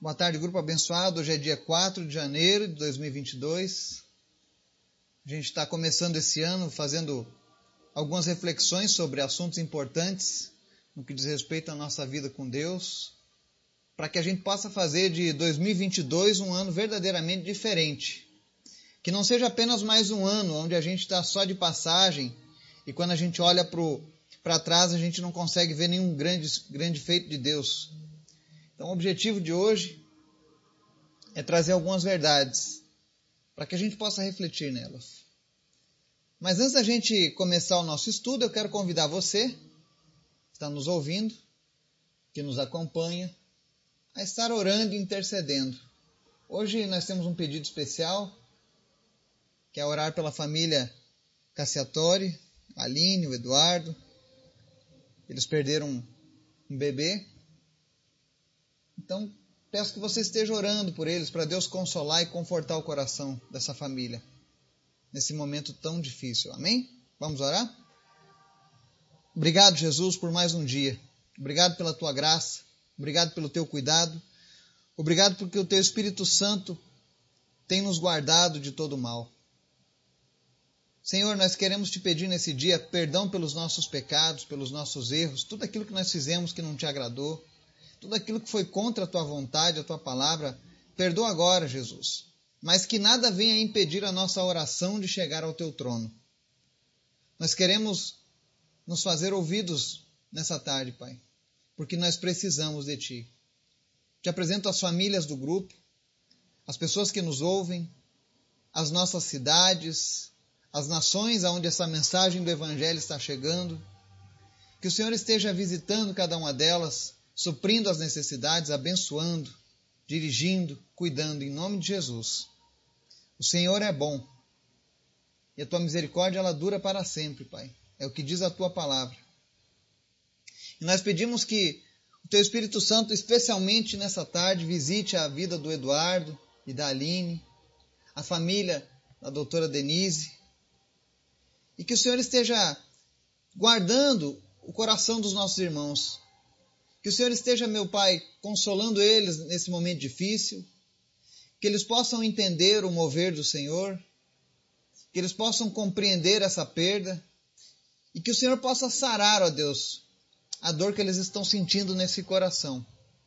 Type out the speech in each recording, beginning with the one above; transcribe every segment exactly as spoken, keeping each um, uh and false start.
Boa tarde, grupo abençoado. Hoje é dia quatro de janeiro de dois mil e vinte e dois. A gente está começando esse ano fazendo algumas reflexões sobre assuntos importantes no que diz respeito à nossa vida com Deus, para que a gente possa fazer de dois mil e vinte e dois um ano verdadeiramente diferente. Que não seja apenas mais um ano onde a gente está só de passagem e quando a gente olha para trás a gente não consegue ver nenhum grande, grande feito de Deus. Então o objetivo de hoje é trazer algumas verdades para que a gente possa refletir nelas. Mas antes da gente começar o nosso estudo, eu quero convidar você, que está nos ouvindo, que nos acompanha, a estar orando e intercedendo. Hoje nós temos um pedido especial, que é orar pela família Cassiatori, a Aline, o Eduardo. Eles perderam um, um bebê. Então, peço que você esteja orando por eles, para Deus consolar e confortar o coração dessa família, nesse momento tão difícil. Amém? Vamos orar? Obrigado, Jesus, por mais um dia. Obrigado pela Tua graça. Obrigado pelo Teu cuidado. Obrigado porque o Teu Espírito Santo tem nos guardado de todo mal. Senhor, nós queremos Te pedir nesse dia perdão pelos nossos pecados, pelos nossos erros, tudo aquilo que nós fizemos que não Te agradou. Tudo aquilo que foi contra a Tua vontade, a Tua palavra, perdoa agora, Jesus. Mas que nada venha impedir a nossa oração de chegar ao Teu trono. Nós queremos nos fazer ouvidos nessa tarde, Pai, porque nós precisamos de Ti. Te apresento as famílias do grupo, as pessoas que nos ouvem, as nossas cidades, as nações aonde essa mensagem do Evangelho está chegando. Que o Senhor esteja visitando cada uma delas, suprindo as necessidades, abençoando, dirigindo, cuidando, em nome de Jesus. O Senhor é bom e a Tua misericórdia ela dura para sempre, Pai. É o que diz a Tua palavra. E nós pedimos que o Teu Espírito Santo, especialmente nessa tarde, visite a vida do Eduardo e da Aline, a família da doutora Denise, e que o Senhor esteja guardando o coração dos nossos irmãos. Que o Senhor esteja, meu Pai, consolando eles nesse momento difícil, que eles possam entender o mover do Senhor, que eles possam compreender essa perda e que o Senhor possa sarar, ó Deus, a dor que eles estão sentindo nesse coração.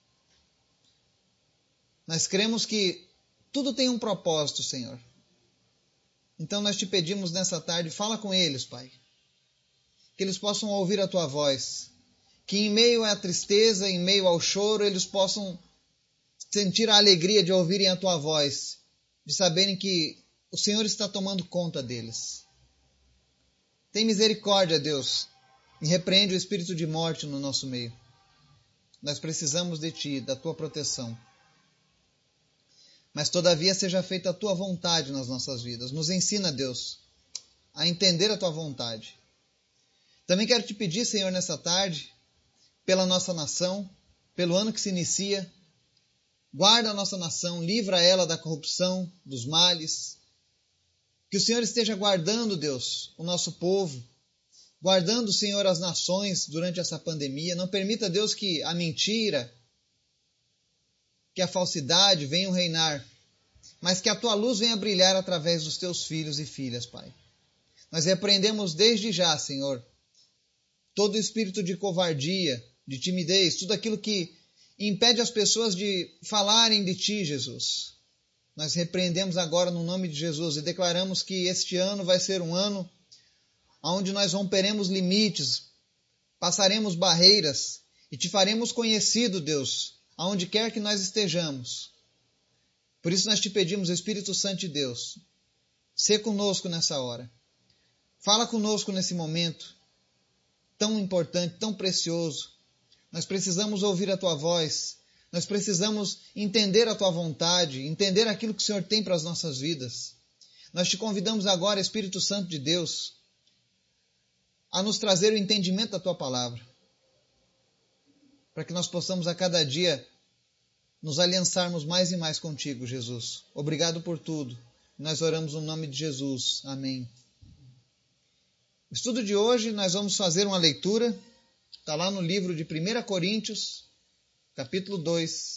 Nós cremos que tudo tem um propósito, Senhor. Então nós Te pedimos nessa tarde, fala com eles, Pai, que eles possam ouvir a Tua voz, que em meio à tristeza, em meio ao choro, eles possam sentir a alegria de ouvirem a Tua voz, de saberem que o Senhor está tomando conta deles. Tem misericórdia, Deus, e repreende o espírito de morte no nosso meio. Nós precisamos de Ti, da Tua proteção. Mas todavia seja feita a Tua vontade nas nossas vidas. Nos ensina, Deus, a entender a Tua vontade. Também quero Te pedir, Senhor, nessa tarde, pela nossa nação, pelo ano que se inicia. Guarda a nossa nação, livra ela da corrupção, dos males. Que o Senhor esteja guardando, Deus, o nosso povo, guardando, Senhor, as nações durante essa pandemia. Não permita, Deus, que a mentira, que a falsidade venham reinar, mas que a Tua luz venha brilhar através dos Teus filhos e filhas, Pai. Nós repreendemos desde já, Senhor, todo espírito de covardia, de timidez, tudo aquilo que impede as pessoas de falarem de Ti, Jesus. Nós repreendemos agora no nome de Jesus e declaramos que este ano vai ser um ano onde nós romperemos limites, passaremos barreiras e Te faremos conhecido, Deus, aonde quer que nós estejamos. Por isso nós Te pedimos, Espírito Santo de Deus, sê conosco nessa hora. Fala conosco nesse momento tão importante, tão precioso. Nós precisamos ouvir a Tua voz, nós precisamos entender a Tua vontade, entender aquilo que o Senhor tem para as nossas vidas. Nós Te convidamos agora, Espírito Santo de Deus, a nos trazer o entendimento da Tua palavra, para que nós possamos a cada dia nos aliançarmos mais e mais contigo, Jesus. Obrigado por tudo. Nós oramos no nome de Jesus. Amém. No estudo de hoje nós vamos fazer uma leitura, está lá no livro de primeira Coríntios, capítulo dois,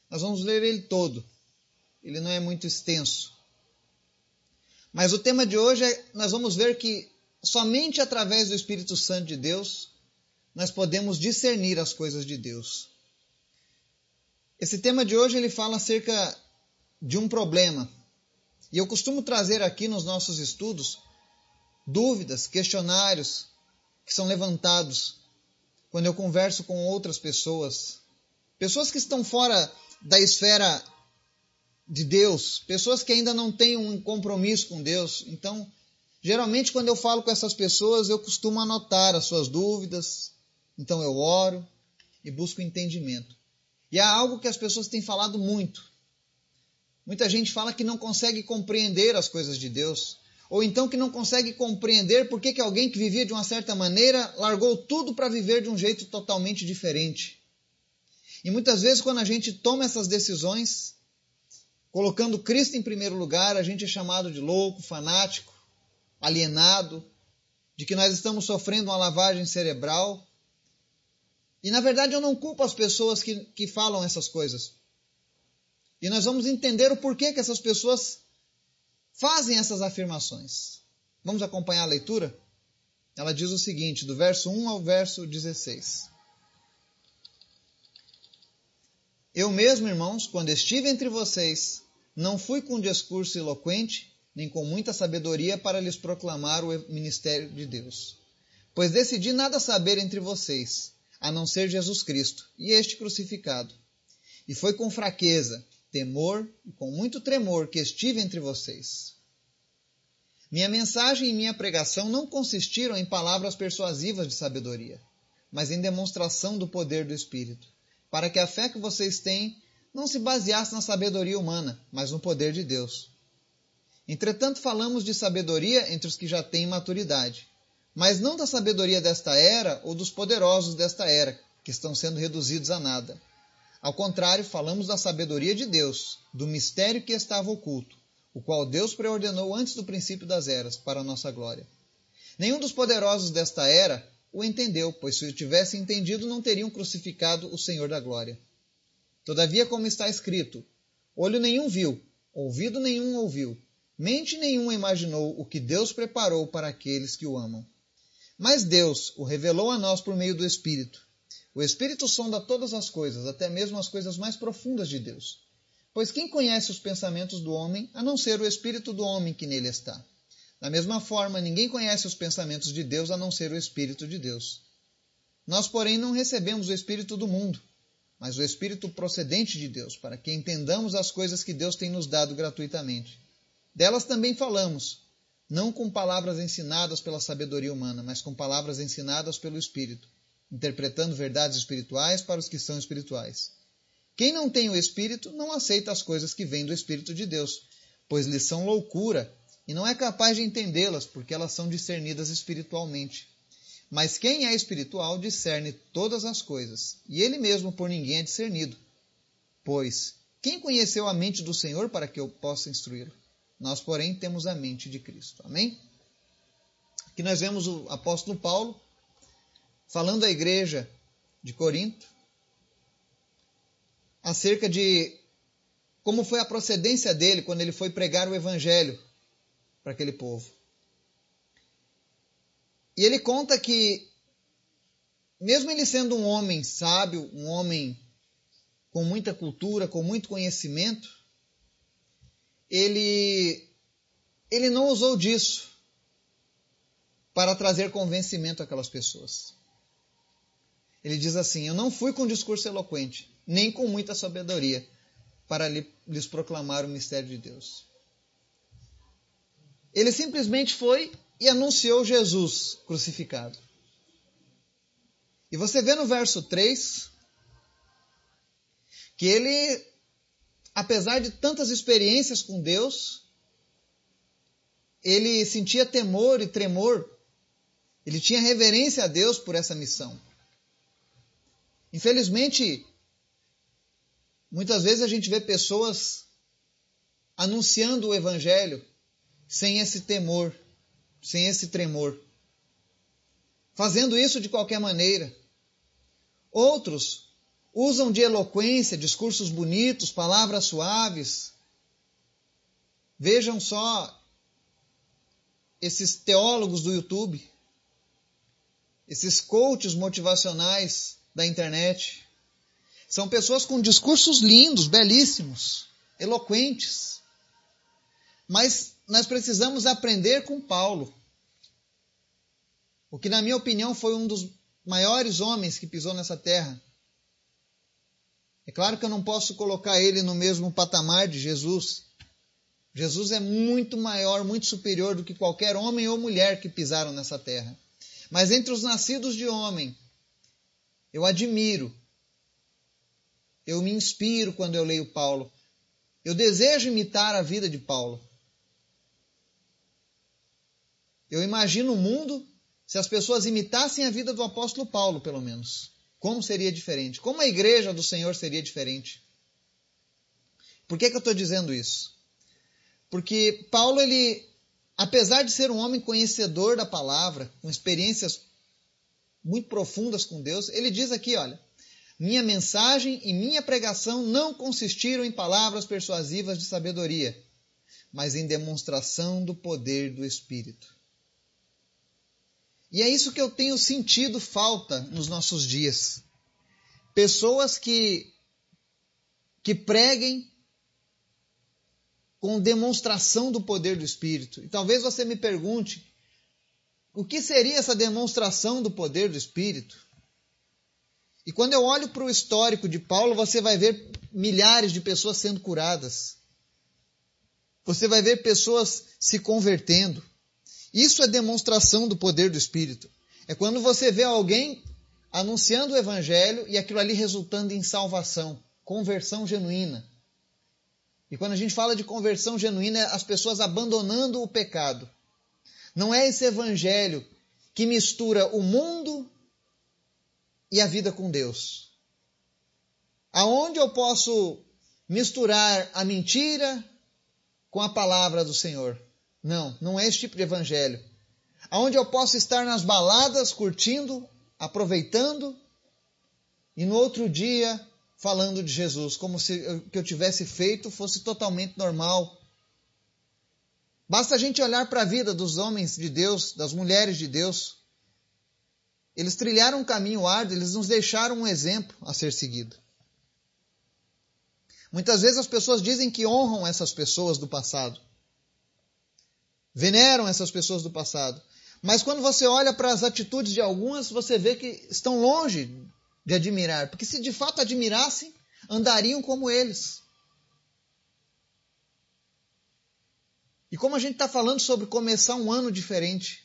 Nós vamos ler ele todo. Ele não é muito extenso. Mas o tema de hoje é, nós vamos ver que somente através do Espírito Santo de Deus nós podemos discernir as coisas de Deus. Esse tema de hoje ele fala acerca de um problema. E eu costumo trazer aqui nos nossos estudos dúvidas, questionários que são levantados quando eu converso com outras pessoas. Pessoas que estão fora da esfera de Deus, pessoas que ainda não têm um compromisso com Deus. Então, geralmente quando eu falo com essas pessoas, eu costumo anotar as suas dúvidas. Então eu oro e busco entendimento. E há algo que as pessoas têm falado muito. Muita gente fala que não consegue compreender as coisas de Deus. Ou então que não consegue compreender por que que alguém que vivia de uma certa maneira largou tudo para viver de um jeito totalmente diferente. E muitas vezes quando a gente toma essas decisões, colocando Cristo em primeiro lugar, a gente é chamado de louco, fanático, alienado, de que nós estamos sofrendo uma lavagem cerebral. E na verdade eu não culpo as pessoas que, que falam essas coisas. E nós vamos entender o porquê que essas pessoas fazem essas afirmações. Vamos acompanhar a leitura? Ela diz o seguinte, do verso um ao verso dezesseis. Eu mesmo, irmãos, quando estive entre vocês, não fui com discurso eloquente, nem com muita sabedoria para lhes proclamar o ministério de Deus. Pois decidi nada saber entre vocês, a não ser Jesus Cristo, e este crucificado. E foi com fraqueza, temor e com muito tremor que estive entre vocês. Minha mensagem e minha pregação não consistiram em palavras persuasivas de sabedoria, mas em demonstração do poder do Espírito, para que a fé que vocês têm não se baseasse na sabedoria humana, mas no poder de Deus. Entretanto, falamos de sabedoria entre os que já têm maturidade, mas não da sabedoria desta era ou dos poderosos desta era, que estão sendo reduzidos a nada. Ao contrário, falamos da sabedoria de Deus, do mistério que estava oculto, o qual Deus preordenou antes do princípio das eras, para a nossa glória. Nenhum dos poderosos desta era o entendeu, pois se o tivesse entendido, não teriam crucificado o Senhor da glória. Todavia, como está escrito, olho nenhum viu, ouvido nenhum ouviu, mente nenhuma imaginou o que Deus preparou para aqueles que o amam. Mas Deus o revelou a nós por meio do Espírito. O Espírito sonda todas as coisas, até mesmo as coisas mais profundas de Deus. Pois quem conhece os pensamentos do homem, a não ser o Espírito do homem que nele está? Da mesma forma, ninguém conhece os pensamentos de Deus, a não ser o Espírito de Deus. Nós, porém, não recebemos o Espírito do mundo, mas o Espírito procedente de Deus, para que entendamos as coisas que Deus tem nos dado gratuitamente. Delas também falamos, não com palavras ensinadas pela sabedoria humana, mas com palavras ensinadas pelo Espírito, interpretando verdades espirituais para os que são espirituais. Quem não tem o Espírito não aceita as coisas que vêm do Espírito de Deus, pois lhes são loucura, e não é capaz de entendê-las, porque elas são discernidas espiritualmente. Mas quem é espiritual discerne todas as coisas, e ele mesmo por ninguém é discernido. Pois, quem conheceu a mente do Senhor para que eu possa instruí-lo? Nós, porém, temos a mente de Cristo. Amém? Aqui nós vemos o apóstolo Paulo falando à igreja de Corinto acerca de como foi a procedência dele quando ele foi pregar o evangelho para aquele povo. E ele conta que, mesmo ele sendo um homem sábio, um homem com muita cultura, com muito conhecimento, ele, ele não usou disso para trazer convencimento àquelas pessoas. Ele diz assim, eu não fui com discurso eloquente, nem com muita sabedoria, para lhes proclamar o mistério de Deus. Ele simplesmente foi e anunciou Jesus crucificado. E você vê no verso três, que ele, apesar de tantas experiências com Deus, ele sentia temor e tremor, ele tinha reverência a Deus por essa missão. Infelizmente, muitas vezes a gente vê pessoas anunciando o evangelho sem esse temor, sem esse tremor, fazendo isso de qualquer maneira. Outros usam de eloquência, discursos bonitos, palavras suaves. Vejam só esses teólogos do YouTube, esses coaches motivacionais da internet. São pessoas com discursos lindos, belíssimos, eloquentes. Mas nós precisamos aprender com Paulo, o que, na minha opinião, foi um dos maiores homens que pisou nessa terra. É claro que eu não posso colocar ele no mesmo patamar de Jesus. Jesus é muito maior, muito superior do que qualquer homem ou mulher que pisaram nessa terra. Mas entre os nascidos de homem, eu admiro, eu me inspiro quando eu leio Paulo. Eu desejo imitar a vida de Paulo. Eu imagino o mundo se as pessoas imitassem a vida do apóstolo Paulo, pelo menos. Como seria diferente? Como a igreja do Senhor seria diferente? Por que que eu estou dizendo isso? Porque Paulo, ele, apesar de ser um homem conhecedor da palavra, com experiências muito profundas com Deus, ele diz aqui, olha, minha mensagem e minha pregação não consistiram em palavras persuasivas de sabedoria, mas em demonstração do poder do Espírito. E é isso que eu tenho sentido falta nos nossos dias. Pessoas que, que preguem com demonstração do poder do Espírito. E talvez você me pergunte, o que seria essa demonstração do poder do Espírito? E quando eu olho para o histórico de Paulo, você vai ver milhares de pessoas sendo curadas. Você vai ver pessoas se convertendo. Isso é demonstração do poder do Espírito. É quando você vê alguém anunciando o Evangelho e aquilo ali resultando em salvação, conversão genuína. E quando a gente fala de conversão genuína, é as pessoas abandonando o pecado. Não é esse Evangelho que mistura o mundo e a vida com Deus. Aonde eu posso misturar a mentira com a palavra do Senhor? Não, não é esse tipo de evangelho. Aonde eu posso estar nas baladas, curtindo, aproveitando, e no outro dia falando de Jesus, como se o que eu tivesse feito fosse totalmente normal. Basta a gente olhar para a vida dos homens de Deus, das mulheres de Deus. Eles trilharam um caminho árduo, eles nos deixaram um exemplo a ser seguido. Muitas vezes as pessoas dizem que honram essas pessoas do passado. Veneram essas pessoas do passado. Mas quando você olha para as atitudes de algumas, você vê que estão longe de admirar. Porque se de fato admirassem, andariam como eles. E como a gente está falando sobre começar um ano diferente,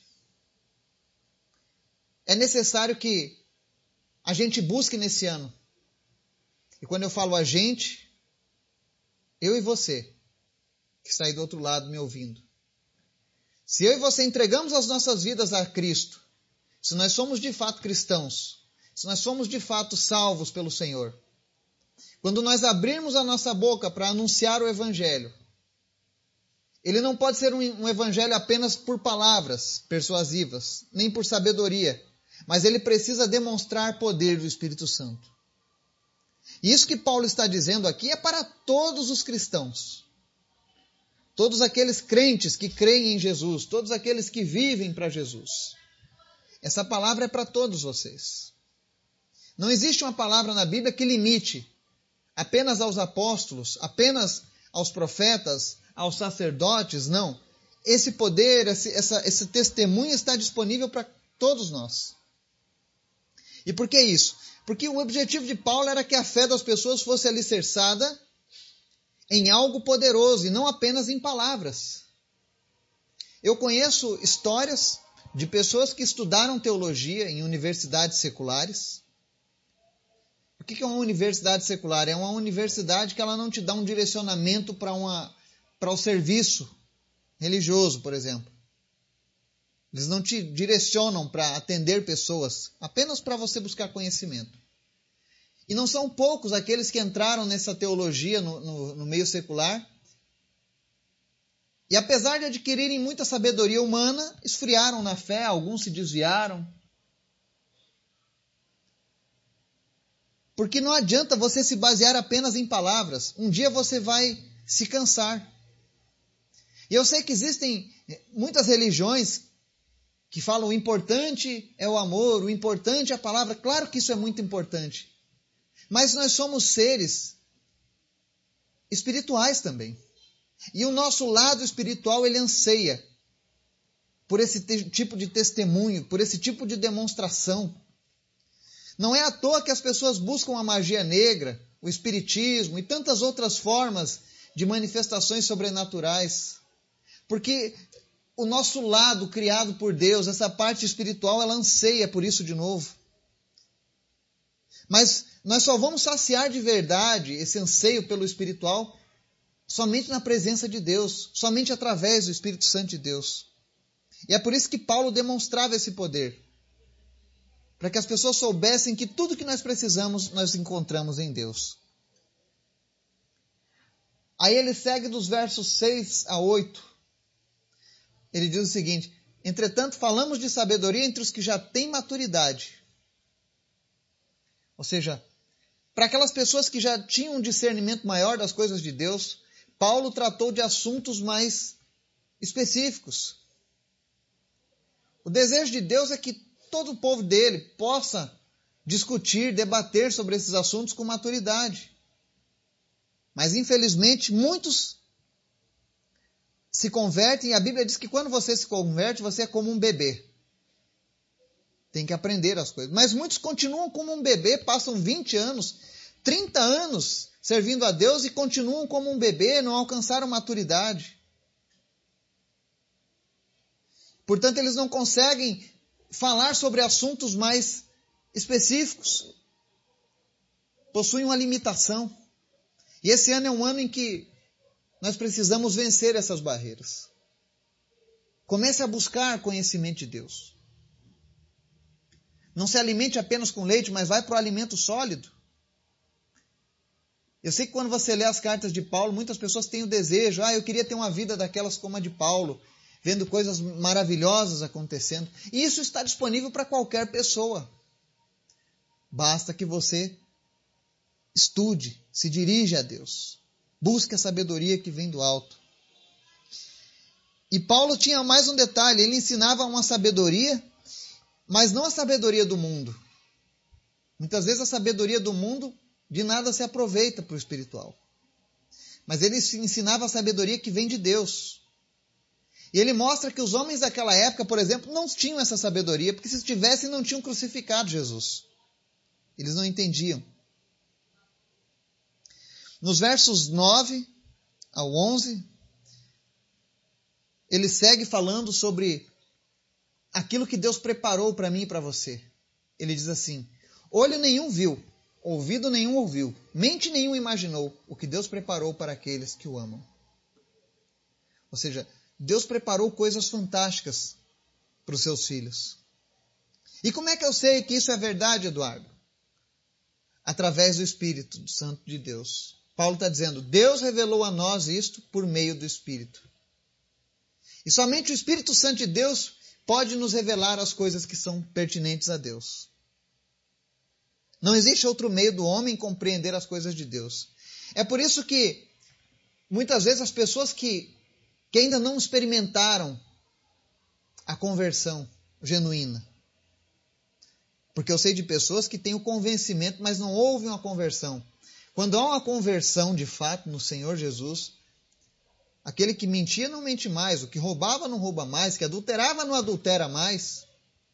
é necessário que a gente busque nesse ano. E quando eu falo a gente, eu e você, que está aí do outro lado me ouvindo. Se eu e você entregamos as nossas vidas a Cristo, se nós somos de fato cristãos, se nós somos de fato salvos pelo Senhor, quando nós abrirmos a nossa boca para anunciar o Evangelho, ele não pode ser um, um Evangelho apenas por palavras persuasivas, nem por sabedoria, mas ele precisa demonstrar poder do Espírito Santo. E isso que Paulo está dizendo aqui é para todos os cristãos. Todos aqueles crentes que creem em Jesus, todos aqueles que vivem para Jesus. Essa palavra é para todos vocês. Não existe uma palavra na Bíblia que limite apenas aos apóstolos, apenas aos profetas, aos sacerdotes, não. Esse poder, esse, essa, esse testemunho está disponível para todos nós. E por que isso? Porque o objetivo de Paulo era que a fé das pessoas fosse alicerçada em algo poderoso e não apenas em palavras. Eu conheço histórias de pessoas que estudaram teologia em universidades seculares. O que é uma universidade secular? É uma universidade que ela não te dá um direcionamento para uma, para o serviço religioso, por exemplo. Eles não te direcionam para atender pessoas, apenas para você buscar conhecimento. E não são poucos aqueles que entraram nessa teologia no, no, no meio secular. E apesar de adquirirem muita sabedoria humana, esfriaram na fé, alguns se desviaram. Porque não adianta você se basear apenas em palavras. Um dia você vai se cansar. E eu sei que existem muitas religiões que falam o importante é o amor, o importante é a palavra. Claro que isso é muito importante. Mas nós somos seres espirituais também. E o nosso lado espiritual, ele anseia por esse te- tipo de testemunho, por esse tipo de demonstração. Não é à toa que as pessoas buscam a magia negra, o espiritismo e tantas outras formas de manifestações sobrenaturais. Porque o nosso lado criado por Deus, essa parte espiritual, ela anseia por isso de novo. Mas nós só vamos saciar de verdade esse anseio pelo espiritual somente na presença de Deus, somente através do Espírito Santo de Deus. E é por isso que Paulo demonstrava esse poder. Para que as pessoas soubessem que tudo que nós precisamos, nós encontramos em Deus. Aí ele segue dos versos seis a oito. Ele diz o seguinte: entretanto, falamos de sabedoria entre os que já têm maturidade. Ou seja, para aquelas pessoas que já tinham um discernimento maior das coisas de Deus, Paulo tratou de assuntos mais específicos. O desejo de Deus é que todo o povo dele possa discutir, debater sobre esses assuntos com maturidade. Mas, infelizmente, muitos se convertem, e a Bíblia diz que quando você se converte, você é como um bebê. Tem que aprender as coisas. Mas muitos continuam como um bebê, passam vinte anos, trinta anos servindo a Deus e continuam como um bebê, não alcançaram maturidade. Portanto, eles não conseguem falar sobre assuntos mais específicos. Possuem uma limitação. E esse ano é um ano em que nós precisamos vencer essas barreiras. Comece a buscar conhecimento de Deus. Não se alimente apenas com leite, mas vai para o alimento sólido. Eu sei que quando você lê as cartas de Paulo, muitas pessoas têm o desejo, ah, eu queria ter uma vida daquelas como a de Paulo, vendo coisas maravilhosas acontecendo. E isso está disponível para qualquer pessoa. Basta que você estude, se dirija a Deus. Busque a sabedoria que vem do alto. E Paulo tinha mais um detalhe, ele ensinava uma sabedoria, mas não a sabedoria do mundo. Muitas vezes a sabedoria do mundo de nada se aproveita para o espiritual. Mas ele ensinava a sabedoria que vem de Deus. E ele mostra que os homens daquela época, por exemplo, não tinham essa sabedoria, porque se tivessem, não tinham crucificado Jesus. Eles não entendiam. Nos versos nove ao onze, ele segue falando sobre aquilo que Deus preparou para mim e para você. Ele diz assim: olho nenhum viu, ouvido nenhum ouviu, mente nenhum imaginou o que Deus preparou para aqueles que o amam. Ou seja, Deus preparou coisas fantásticas para os seus filhos. E como é que eu sei que isso é verdade, Eduardo? Através do Espírito Santo de Deus. Paulo está dizendo, Deus revelou a nós isto por meio do Espírito. E somente o Espírito Santo de Deus pode nos revelar as coisas que são pertinentes a Deus. Não existe outro meio do homem compreender as coisas de Deus. É por isso que, muitas vezes, as pessoas que, que ainda não experimentaram a conversão genuína, porque eu sei de pessoas que têm o convencimento, mas não houve uma conversão. Quando há uma conversão de fato no Senhor Jesus, aquele que mentia não mente mais, o que roubava não rouba mais, que adulterava não adultera mais.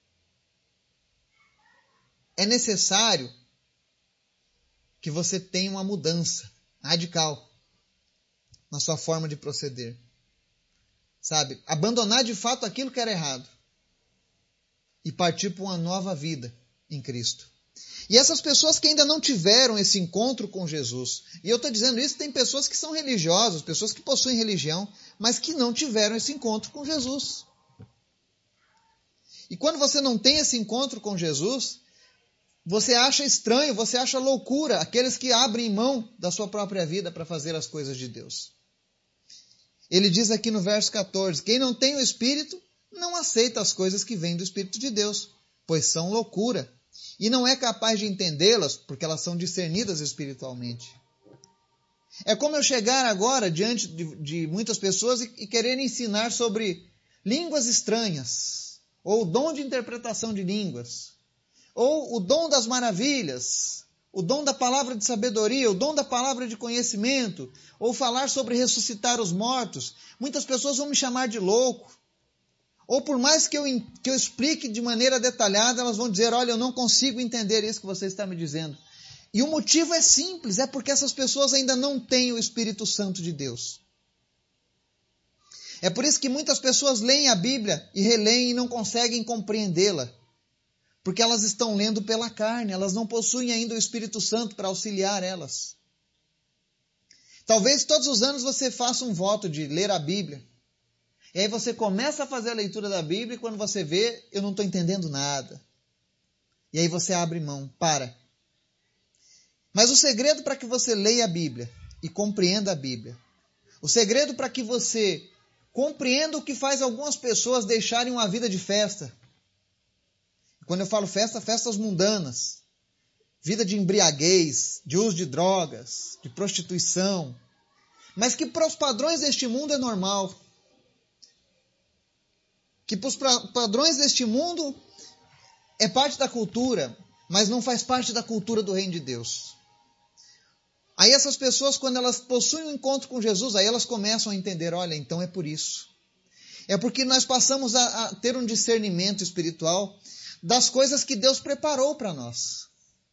É necessário que você tenha uma mudança radical na sua forma de proceder. Sabe? Abandonar de fato aquilo que era errado e partir para uma nova vida em Cristo. E essas pessoas que ainda não tiveram esse encontro com Jesus, e eu estou dizendo isso, tem pessoas que são religiosas, pessoas que possuem religião, mas que não tiveram esse encontro com Jesus. E quando você não tem esse encontro com Jesus, você acha estranho, você acha loucura aqueles que abrem mão da sua própria vida para fazer as coisas de Deus. Ele diz aqui no verso catorze, quem não tem o Espírito não aceita as coisas que vêm do Espírito de Deus, pois são loucura e não é capaz de entendê-las porque elas são discernidas espiritualmente. É como eu chegar agora diante de, de muitas pessoas e, e querer ensinar sobre línguas estranhas, ou o dom de interpretação de línguas, ou o dom das maravilhas, o dom da palavra de sabedoria, o dom da palavra de conhecimento, ou falar sobre ressuscitar os mortos. Muitas pessoas vão me chamar de louco. Ou por mais que eu, que eu explique de maneira detalhada, elas vão dizer, olha, eu não consigo entender isso que você está me dizendo. E o motivo é simples, é porque essas pessoas ainda não têm o Espírito Santo de Deus. É por isso que muitas pessoas leem a Bíblia e releem e não conseguem compreendê-la. Porque elas estão lendo pela carne, elas não possuem ainda o Espírito Santo para auxiliar elas. Talvez todos os anos você faça um voto de ler a Bíblia. E aí você começa a fazer a leitura da Bíblia e quando você vê, eu não estou entendendo nada. E aí você abre mão, para. Mas o segredo para que você leia a Bíblia e compreenda a Bíblia, o segredo para que você compreenda o que faz algumas pessoas deixarem uma vida de festa. Quando eu falo festa, festas mundanas, vida de embriaguez, de uso de drogas, de prostituição, mas que para os padrões deste mundo é normal. Que para os padrões deste mundo é parte da cultura, mas não faz parte da cultura do reino de Deus. Aí essas pessoas, quando elas possuem um encontro com Jesus, aí elas começam a entender, olha, então é por isso. É porque nós passamos a, a ter um discernimento espiritual das coisas que Deus preparou para nós.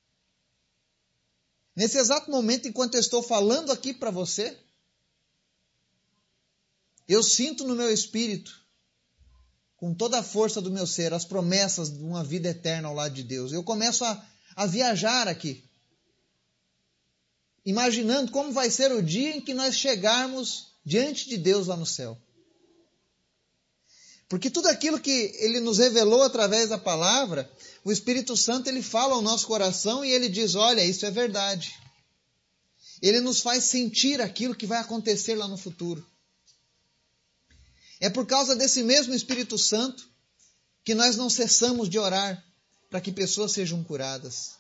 Nesse exato momento, enquanto eu estou falando aqui para você, eu sinto no meu espírito, com toda a força do meu ser, as promessas de uma vida eterna ao lado de Deus. Eu começo a, a viajar aqui, imaginando como vai ser o dia em que nós chegarmos diante de Deus lá no céu. Porque tudo aquilo que Ele nos revelou através da palavra, o Espírito Santo ele fala ao nosso coração e Ele diz, olha, isso é verdade. Ele nos faz sentir aquilo que vai acontecer lá no futuro. É por causa desse mesmo Espírito Santo que nós não cessamos de orar para que pessoas sejam curadas.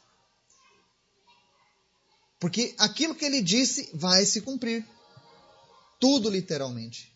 Porque aquilo que Ele disse vai se cumprir. Tudo literalmente.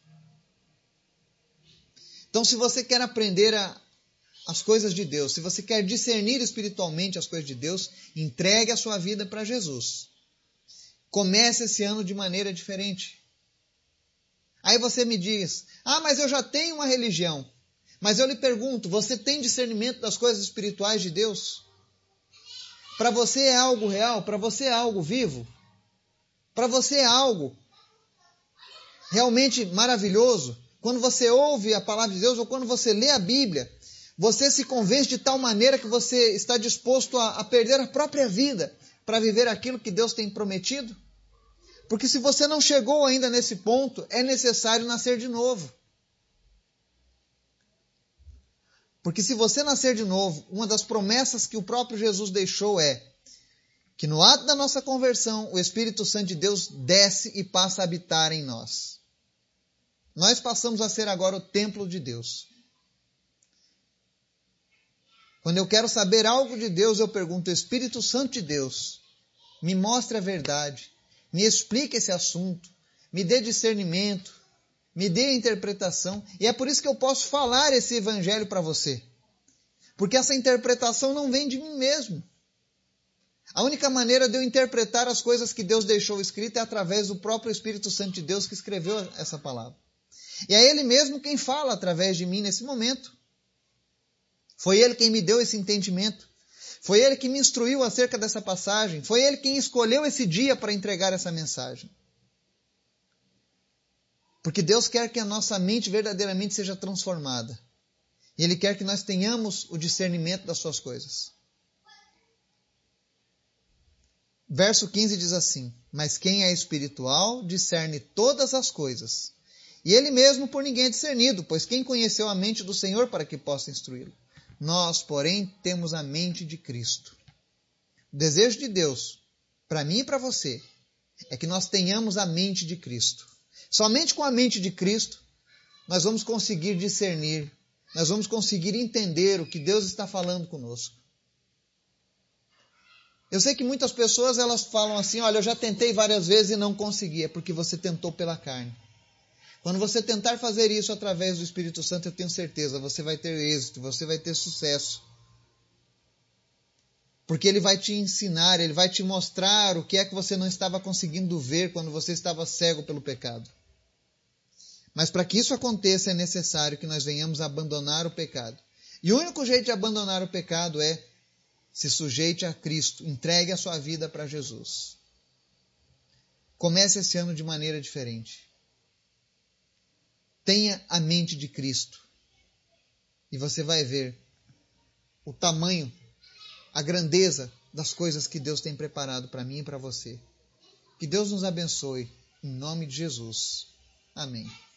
Então, se você quer aprender a, as coisas de Deus, se você quer discernir espiritualmente as coisas de Deus, entregue a sua vida para Jesus. Comece esse ano de maneira diferente. Aí você me diz, ah, mas eu já tenho uma religião. Mas eu lhe pergunto, você tem discernimento das coisas espirituais de Deus? Para você é algo real? Para você é algo vivo? Para você é algo realmente maravilhoso? Quando você ouve a palavra de Deus ou quando você lê a Bíblia, você se convence de tal maneira que você está disposto a, a perder a própria vida para viver aquilo que Deus tem prometido? Porque se você não chegou ainda nesse ponto, é necessário nascer de novo. Porque se você nascer de novo, uma das promessas que o próprio Jesus deixou é que no ato da nossa conversão, o Espírito Santo de Deus desce e passa a habitar em nós. Nós passamos a ser agora o templo de Deus. Quando eu quero saber algo de Deus, eu pergunto, Espírito Santo de Deus, me mostre a verdade, me explique esse assunto, me dê discernimento, me dê a interpretação. E é por isso que eu posso falar esse evangelho para você. Porque essa interpretação não vem de mim mesmo. A única maneira de eu interpretar as coisas que Deus deixou escritas é através do próprio Espírito Santo de Deus que escreveu essa palavra. E é Ele mesmo quem fala através de mim nesse momento. Foi Ele quem me deu esse entendimento. Foi Ele que me instruiu acerca dessa passagem. Foi Ele quem escolheu esse dia para entregar essa mensagem. Porque Deus quer que a nossa mente verdadeiramente seja transformada. E Ele quer que nós tenhamos o discernimento das suas coisas. Verso quinze diz assim, mas quem é espiritual discerne todas as coisas. E Ele mesmo por ninguém é discernido, pois quem conheceu a mente do Senhor para que possa instruí-lo? Nós, porém, temos a mente de Cristo. O desejo de Deus, para mim e para você, é que nós tenhamos a mente de Cristo. Somente com a mente de Cristo, nós vamos conseguir discernir, nós vamos conseguir entender o que Deus está falando conosco. Eu sei que muitas pessoas elas falam assim, olha, eu já tentei várias vezes e não consegui, é porque você tentou pela carne. Quando você tentar fazer isso através do Espírito Santo, eu tenho certeza, você vai ter êxito, você vai ter sucesso. Porque ele vai te ensinar, ele vai te mostrar o que é que você não estava conseguindo ver quando você estava cego pelo pecado. Mas para que isso aconteça é necessário que nós venhamos a abandonar o pecado. E o único jeito de abandonar o pecado é se sujeite a Cristo, entregue a sua vida para Jesus. Comece esse ano de maneira diferente. Tenha a mente de Cristo. E você vai ver o tamanho, a grandeza das coisas que Deus tem preparado para mim e para você. Que Deus nos abençoe, em nome de Jesus. Amém.